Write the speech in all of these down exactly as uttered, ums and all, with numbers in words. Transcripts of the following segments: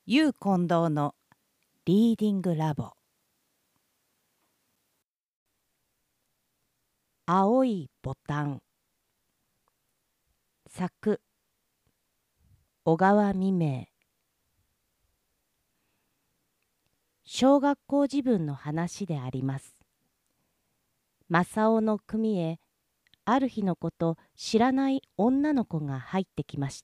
ユー近藤のリーディングラボ。青いボタン。作小川未明。小学校時分の話であります。正雄の組へある日のこと知らない女の子が入ってきました。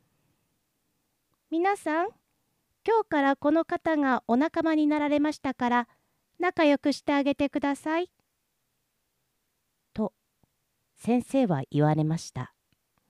皆さん、今日からこの方がお仲間になられましたから仲良くしてあげてください。と先生は言われました。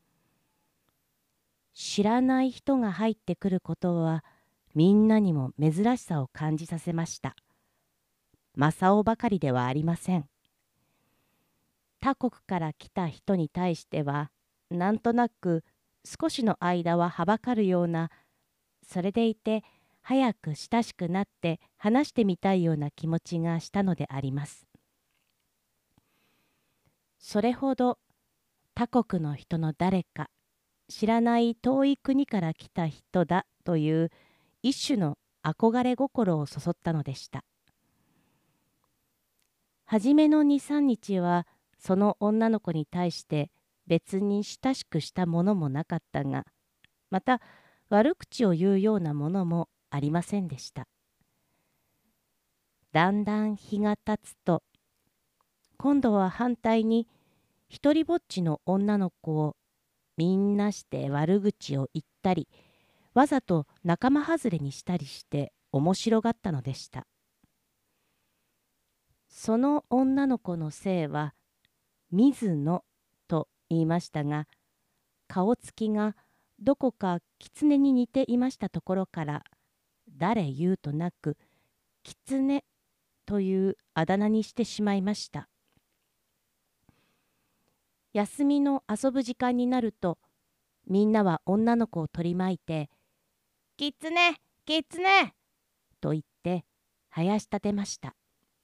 知らない人が入ってくることはみんなにも珍しさを感じさせました。正雄ばかりではありません。他国から来た人に対してはなんとなく少しの間ははばかるような、それでいて早く親しくなって話してみたいような気持ちがしたのであります。それほど他国の人の誰か、知らない遠い国から来た人だという一種の憧れ心をそそったのでした。はじめのに、さんにちはその女の子に対して別に親しくしたものもなかったが、また悪口を言うようなものもありませんでした。だんだん日が経つと、今度は反対に一りぼっちの女の子をみんなして悪口を言ったり、わざと仲間外れにしたりして面白がったのでした。その女の子の姓は水野と言いましたが、顔つきがどこか狐に似ていましたところから、誰言うとなく狐というあだ名にしてしまいました。休みの遊ぶ時間になると、みんなは女の子を取り巻いて、きつね、きつねと言って生やし立てました。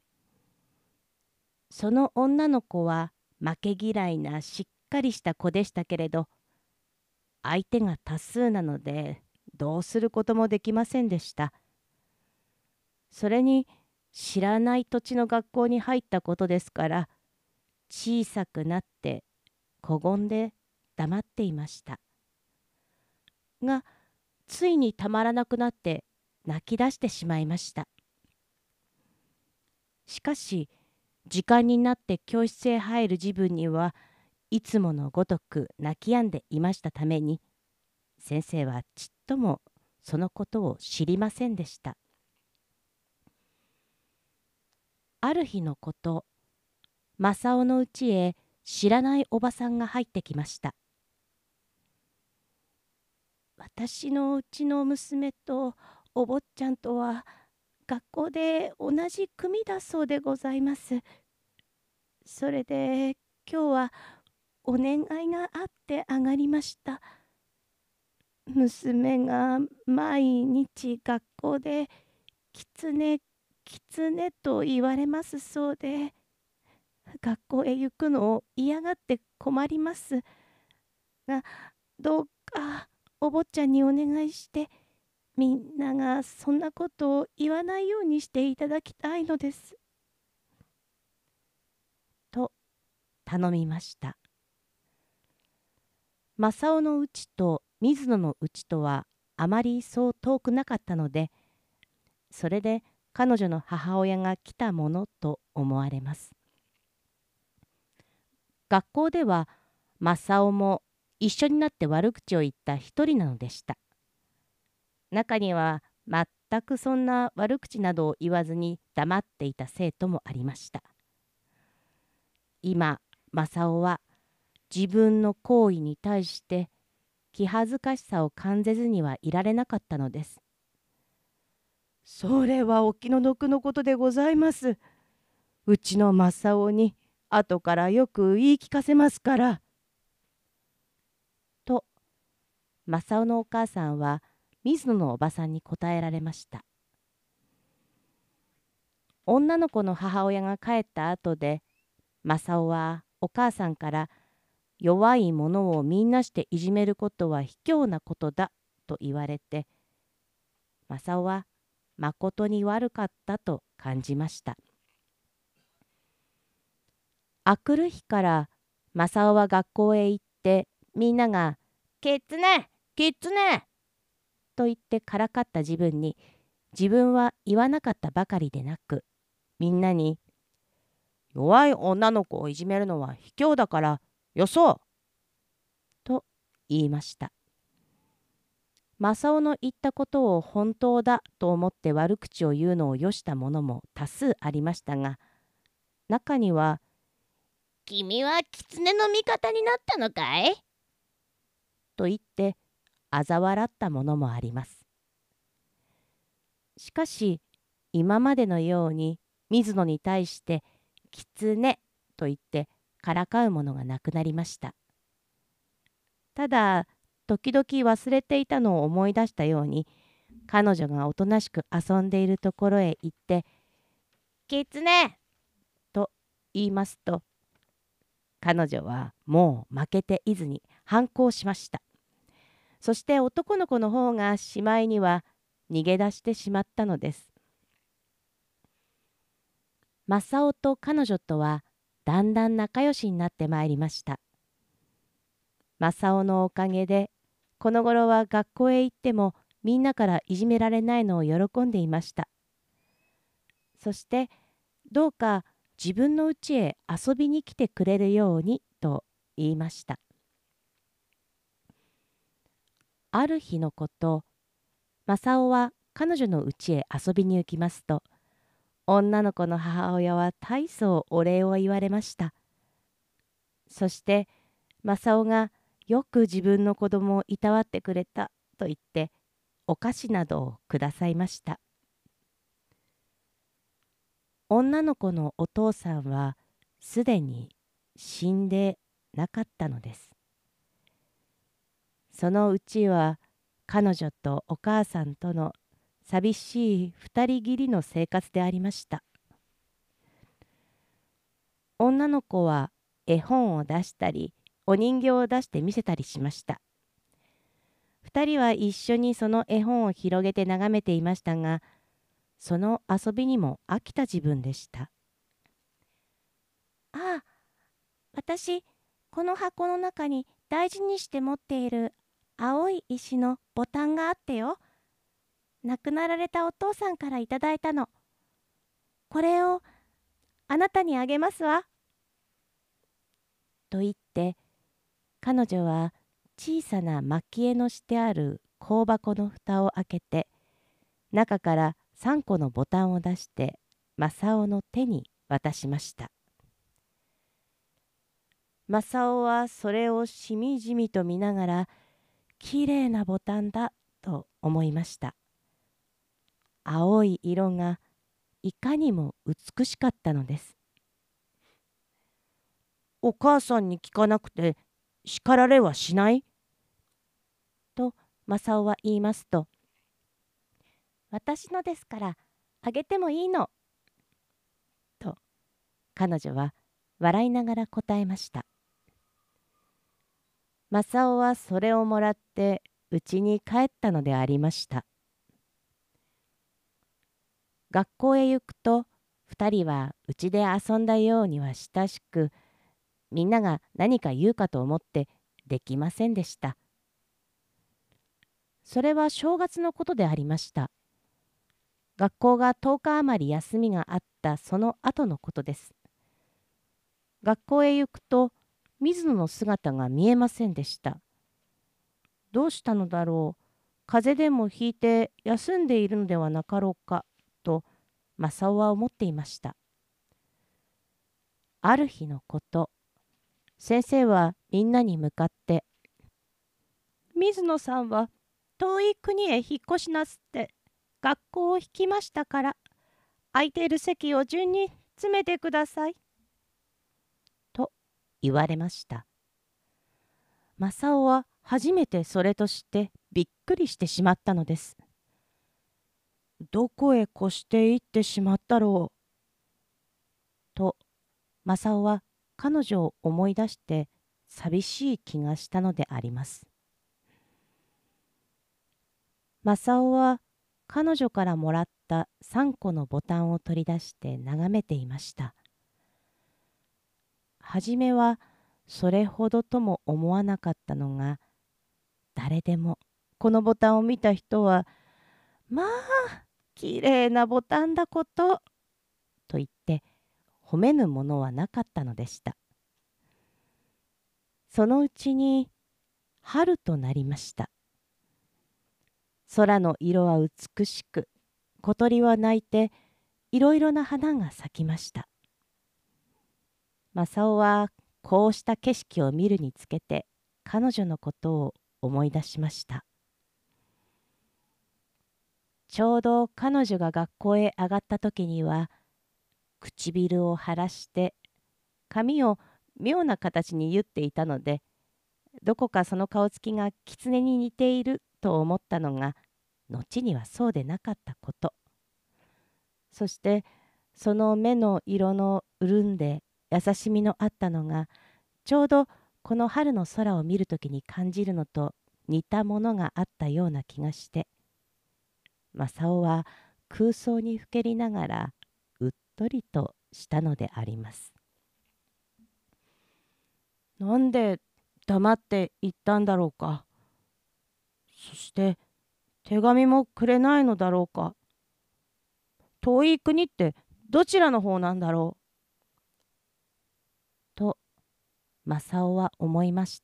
その女の子は負け嫌いなしっかりした子でしたけれど、相手が多数なのでどうすることもできませんでした。それに知らない土地の学校に入ったことですから、小さくなって小言で黙っていました。が、ついにたまらなくなって泣き出してしまいました。しかし、時間になって教室へ入る自分にはいつものごとく泣き止んでいましたために、先生はちっともそのことを知りませんでした。ある日のこと、正雄のうちへ知らないおばさんが入ってきました。私のうちの娘とお坊ちゃんとは学校で同じ組だそうでございます。それで今日はお願いがあって上がりました。娘が毎日学校できつねきつねと言われますそうで、学校へ行くのを嫌がって困りますが、どうかお坊ちゃんにお願いしてみんながそんなことを言わないようにしていただきたいのです。と頼みました。正雄のうちと水野のうちとはあまりそう遠くなかったので、それで彼女の母親が来たものと思われます。学校では正雄も一緒になって悪口を言った一人なのでした。中には全くそんな悪口などを言わずに黙っていた生徒もありました。今正雄は自分の行為に対して気恥ずかしさを感じずにはいられなかったのです。それはお気の毒のことでございます。うちの正雄に後からよく言い聞かせますから。と正雄のお母さんは水野のおばさんに答えられました。女の子の母親が帰った後で、正雄はお母さんから弱い者をみんなしていじめることは卑怯なことだと言われて、 正雄はまことに悪かったと感じました。あくる日から正雄は学校へ行って、みんなが「きつねきつね」と言ってからかった自分に、自分は言わなかったばかりでなく、みんなに「弱い女の子をいじめるのは卑怯だからよそう」と言いました。正雄の言ったことを本当だと思って悪口を言うのをよした者も多数ありましたが、中には「君は狐の味方になったのかい?」と言って嘲笑ったものもあります。しかし今までのように水野に対して「狐」と言ってからかうものがなくなりました。ただ時々忘れていたのを思い出したように、彼女がおとなしく遊んでいるところへ行って「狐」と言いますと、彼女はもう負けていずに反抗しました。そして男の子の方がしまいには逃げ出してしまったのです。正雄と彼女とはだんだん仲良しになってまいりました。正雄のおかげでこの頃は学校へ行ってもみんなからいじめられないのを喜んでいました。そしてどうか自分の家へ遊びに来てくれるようにと言いました。ある日のこと、正雄は彼女の家へ遊びに行きますと、女の子の母親は大層お礼を言われました。そして正雄がよく自分の子供をいたわってくれたと言ってお菓子などをくださいました。女の子のお父さんはすでに死んでなかったのです。そのうちは彼女とお母さんとの寂しい二人きりの生活でありました。女の子は絵本を出したりお人形を出して見せたりしました。二人は一緒にその絵本を広げて眺めていましたが、その遊びにも飽きた自分でした。ああ、私、この箱の中に大事にして持っている青い石のボタンがあってよ。亡くなられたお父さんからいただいたの。これをあなたにあげますわ。と言って、彼女は小さな蒔絵のしてある香箱の蓋を開けて、中から三個のボタンを出して正雄の手に渡しました。正雄はそれをしみじみと見ながら、きれいなボタンだと思いました。青い色がいかにも美しかったのです。お母さんに聞かなくて叱られはしない?と正雄は言いますと、私のですからあげてもいいの。と彼女は笑いながら答えました。正雄はそれをもらって家に帰ったのでありました。学校へ行くと二人は家で遊んだようには親しく、みんなが何か言うかと思ってできませんでした。それは正月のことでありました。学校がとおか余り休みがあったその後のことです。学校へ行くと水野の姿が見えませんでした。どうしたのだろう、風邪でもひいて休んでいるのではなかろうかと正雄は思っていました。ある日のこと、先生はみんなに向かって「水野さんは遠い国へ引っ越しなすって学校を引きましたから、空いている席を順に詰めてください」と言われました。正雄は初めてそれとしてびっくりしてしまったのです。どこへ越して行ってしまったろうと正雄は彼女を思い出して寂しい気がしたのであります。正雄は彼女からもらったさんこのボタンを取り出して眺めていました。はじめはそれほどとも思わなかったのが、誰でもこのボタンを見た人は、まあ、きれいなボタンだこと、と言って褒めぬものはなかったのでした。そのうちに春となりました。空の色は美しく、小鳥は鳴いて、いろいろな花が咲きました。正雄はこうした景色を見るにつけて、彼女のことを思い出しました。ちょうど彼女が学校へ上がった時には、唇を腫らして髪を妙な形に結っていたので、どこかその顔つきが狐に似ていると思ったのが、後にはそうでなかったこと。そしてその目の色の潤んで優しみのあったのが、ちょうどこの春の空を見るときに感じるのと似たものがあったような気がして、正雄は空想にふけりながらうっとりとしたのであります。なんで黙って行ったんだろうか。そして手紙もくれないのだろうか。遠い国ってどちらの方なんだろう。と正雄は思いました。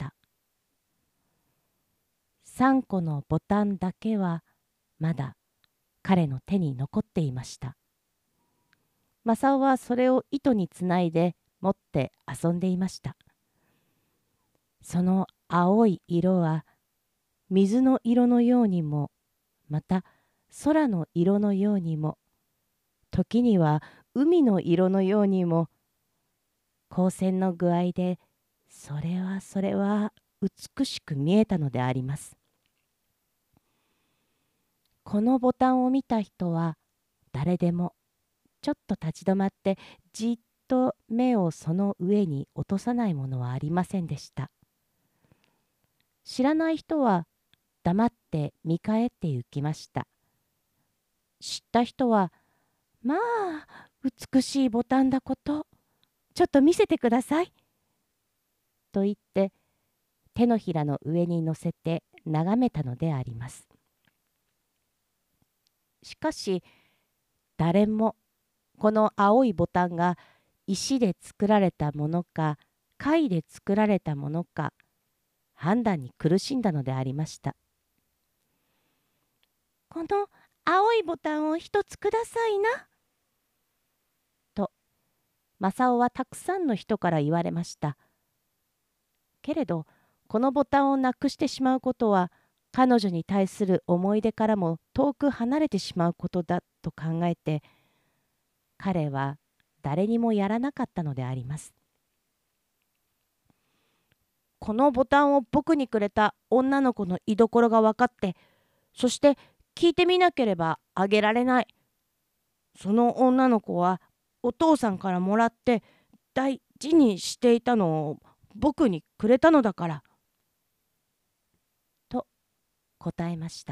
さんこのボタンだけはまだ彼の手に残っていました。正雄はそれを糸につないで持って遊んでいました。その青い色は水の色のようにも、また空の色のようにも、時には海の色のようにも、光線の具合でそれはそれは美しく見えたのであります。このボタンを見た人は誰でもちょっと立ち止まってじっと目をその上に落とさないものはありませんでした。知らない人は黙って見返って行きました。知った人は、まあ美しいボタンだこと、ちょっと見せてください、と言って手のひらの上に乗せて眺めたのであります。しかし誰もこの青いボタンが石で作られたものか貝で作られたものか判断に苦しんだのでありました。この青いボタンを一つくださいな、と正雄はたくさんの人から言われました。けれどこのボタンをなくしてしまうことは彼女に対する思い出からも遠く離れてしまうことだと考えて、彼は誰にもやらなかったのであります。このボタンを僕にくれた女の子の居所が分かって、そして聞いてみなければあげられない。その女の子はお父さんからもらって大事にしていたのを僕にくれたのだから。と答えました。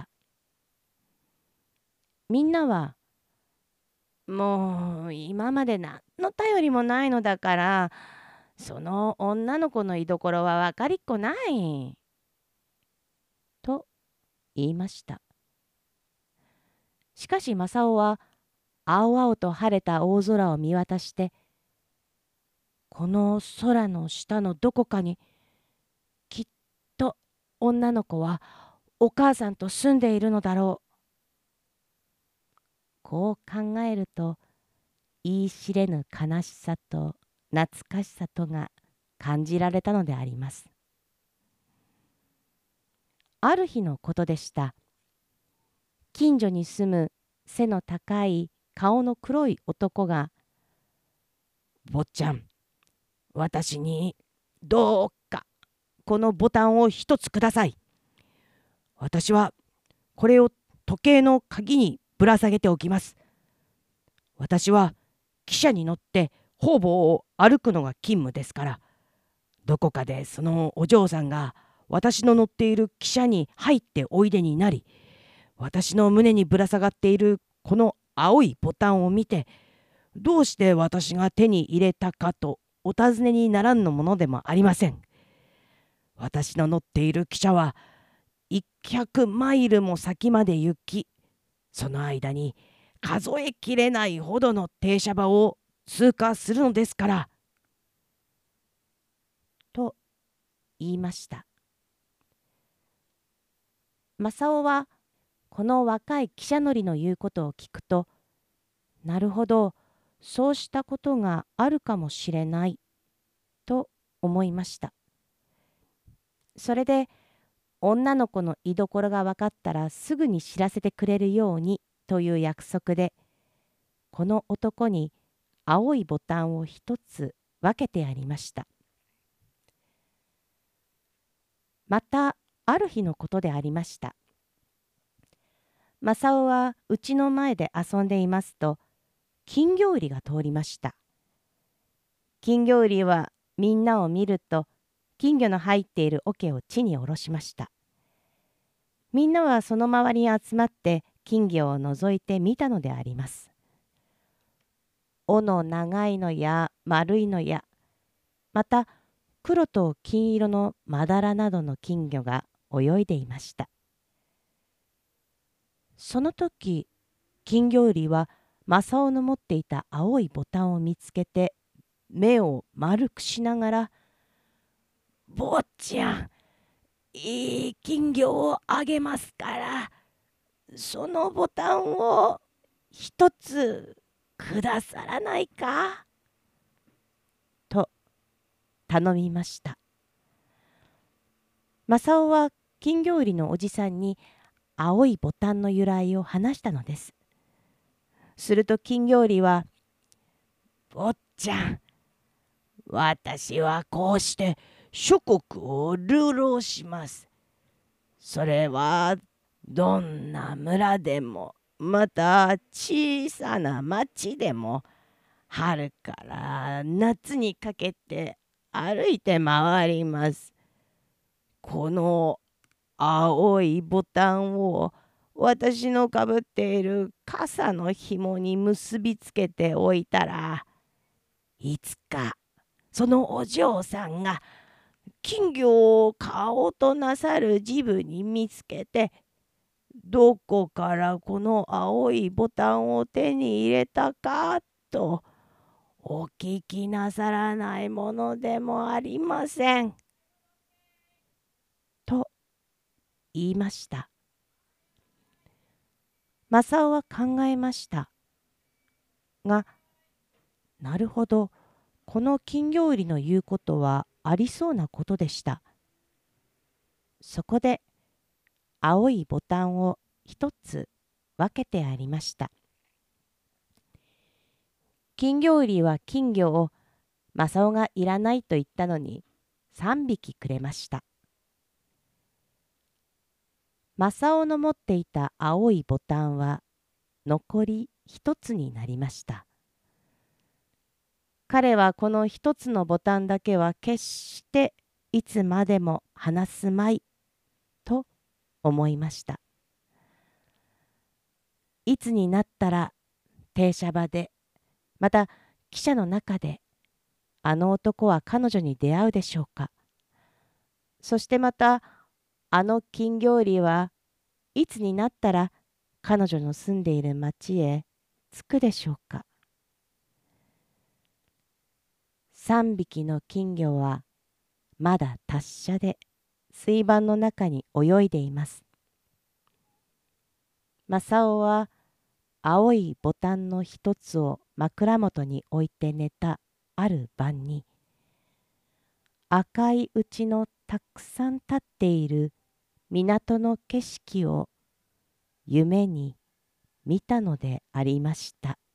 みんなは、もう今まで何の頼りもないのだから、その女の子の居所は分かりっこない、と言いました。しかし正雄は青々と晴れた大空を見渡して、この空の下のどこかにきっと女の子はお母さんと住んでいるのだろう、こう考えると言い知れぬ悲しさと懐かしさとが感じられたのであります。ある日のことでした。近所に住む背の高い顔の黒い男が、坊ちゃん、私にどうかこのボタンを一つください。私はこれを時計の鍵にぶら下げておきます。私は汽車に乗って方々を歩くのが勤務ですから、どこかでそのお嬢さんが私の乗っている汽車に入っておいでになり、 私の胸にぶら下がっているこの青いボタンを見て、どうして私が手に入れたかとお尋ねにならんのものでもありません。私の乗っている汽車はひゃくマイルも先まで行き、その間に数えきれないほどの停車場を通過するのですから。と言いました。正雄はこの若い汽車乗りの言うことを聞くと、なるほど、そうしたことがあるかもしれないと思いました。それで女の子の居所が分かったらすぐに知らせてくれるようにという約束で、この男に青いボタンを一つ分けてやりました。またある日のことでありました。正雄はうちの前で遊んでいますと、金魚売りが通りました。金魚売りはみんなを見ると、金魚の入っている桶を地に下ろしました。みんなはその周りに集まって金魚を覗いてみたのであります。尾の長いのや丸いのや、また黒と金色のまだらなどの金魚が泳いでいました。その時、金魚売りは正雄の持っていた青いボタンを見つけて、目を丸くしながら、坊ちゃん、いい金魚をあげますから、そのボタンを一つくださらないかと頼みました。正雄は金魚売りのおじさんに青いボタンの由来を話したのです。すると金魚売りは、坊ちゃん、私はこうして諸国を流浪します。それはどんな村でも、また小さな町でも、春から夏にかけて歩いて回ります。この青いボタンを私のかぶっている傘の紐に結びつけておいたら、いつかそのお嬢さんが金魚を買おうとなさる時分に見つけて、どこからこの青いボタンを手に入れたかとお聞きなさらないものでもありません。と言いました。正雄は考えました。が、なるほど、この金魚売りの言うことはありそうなことでした。そこで青いボタンを一つ分けてありました。金魚売りは金魚を正雄がいらないと言ったのにさんびきくれました。正雄の持っていた青いボタンは残り一つになりました。彼はこの一つのボタンだけは決していつまでも離すまいと思いました。いつになったら停車場で、また汽車の中で、あの男は彼女に出会うでしょうか。そしてまたあの金魚売りはいつになったら彼女の住んでいる町へ着くでしょうか。三匹の金魚はまだ達者で水盤の中に泳いでいます。正雄は青いボタンの一つを枕元に置いて寝たある晩に、赤いうちのたくさん立っている港の景色を夢に見たのでありました。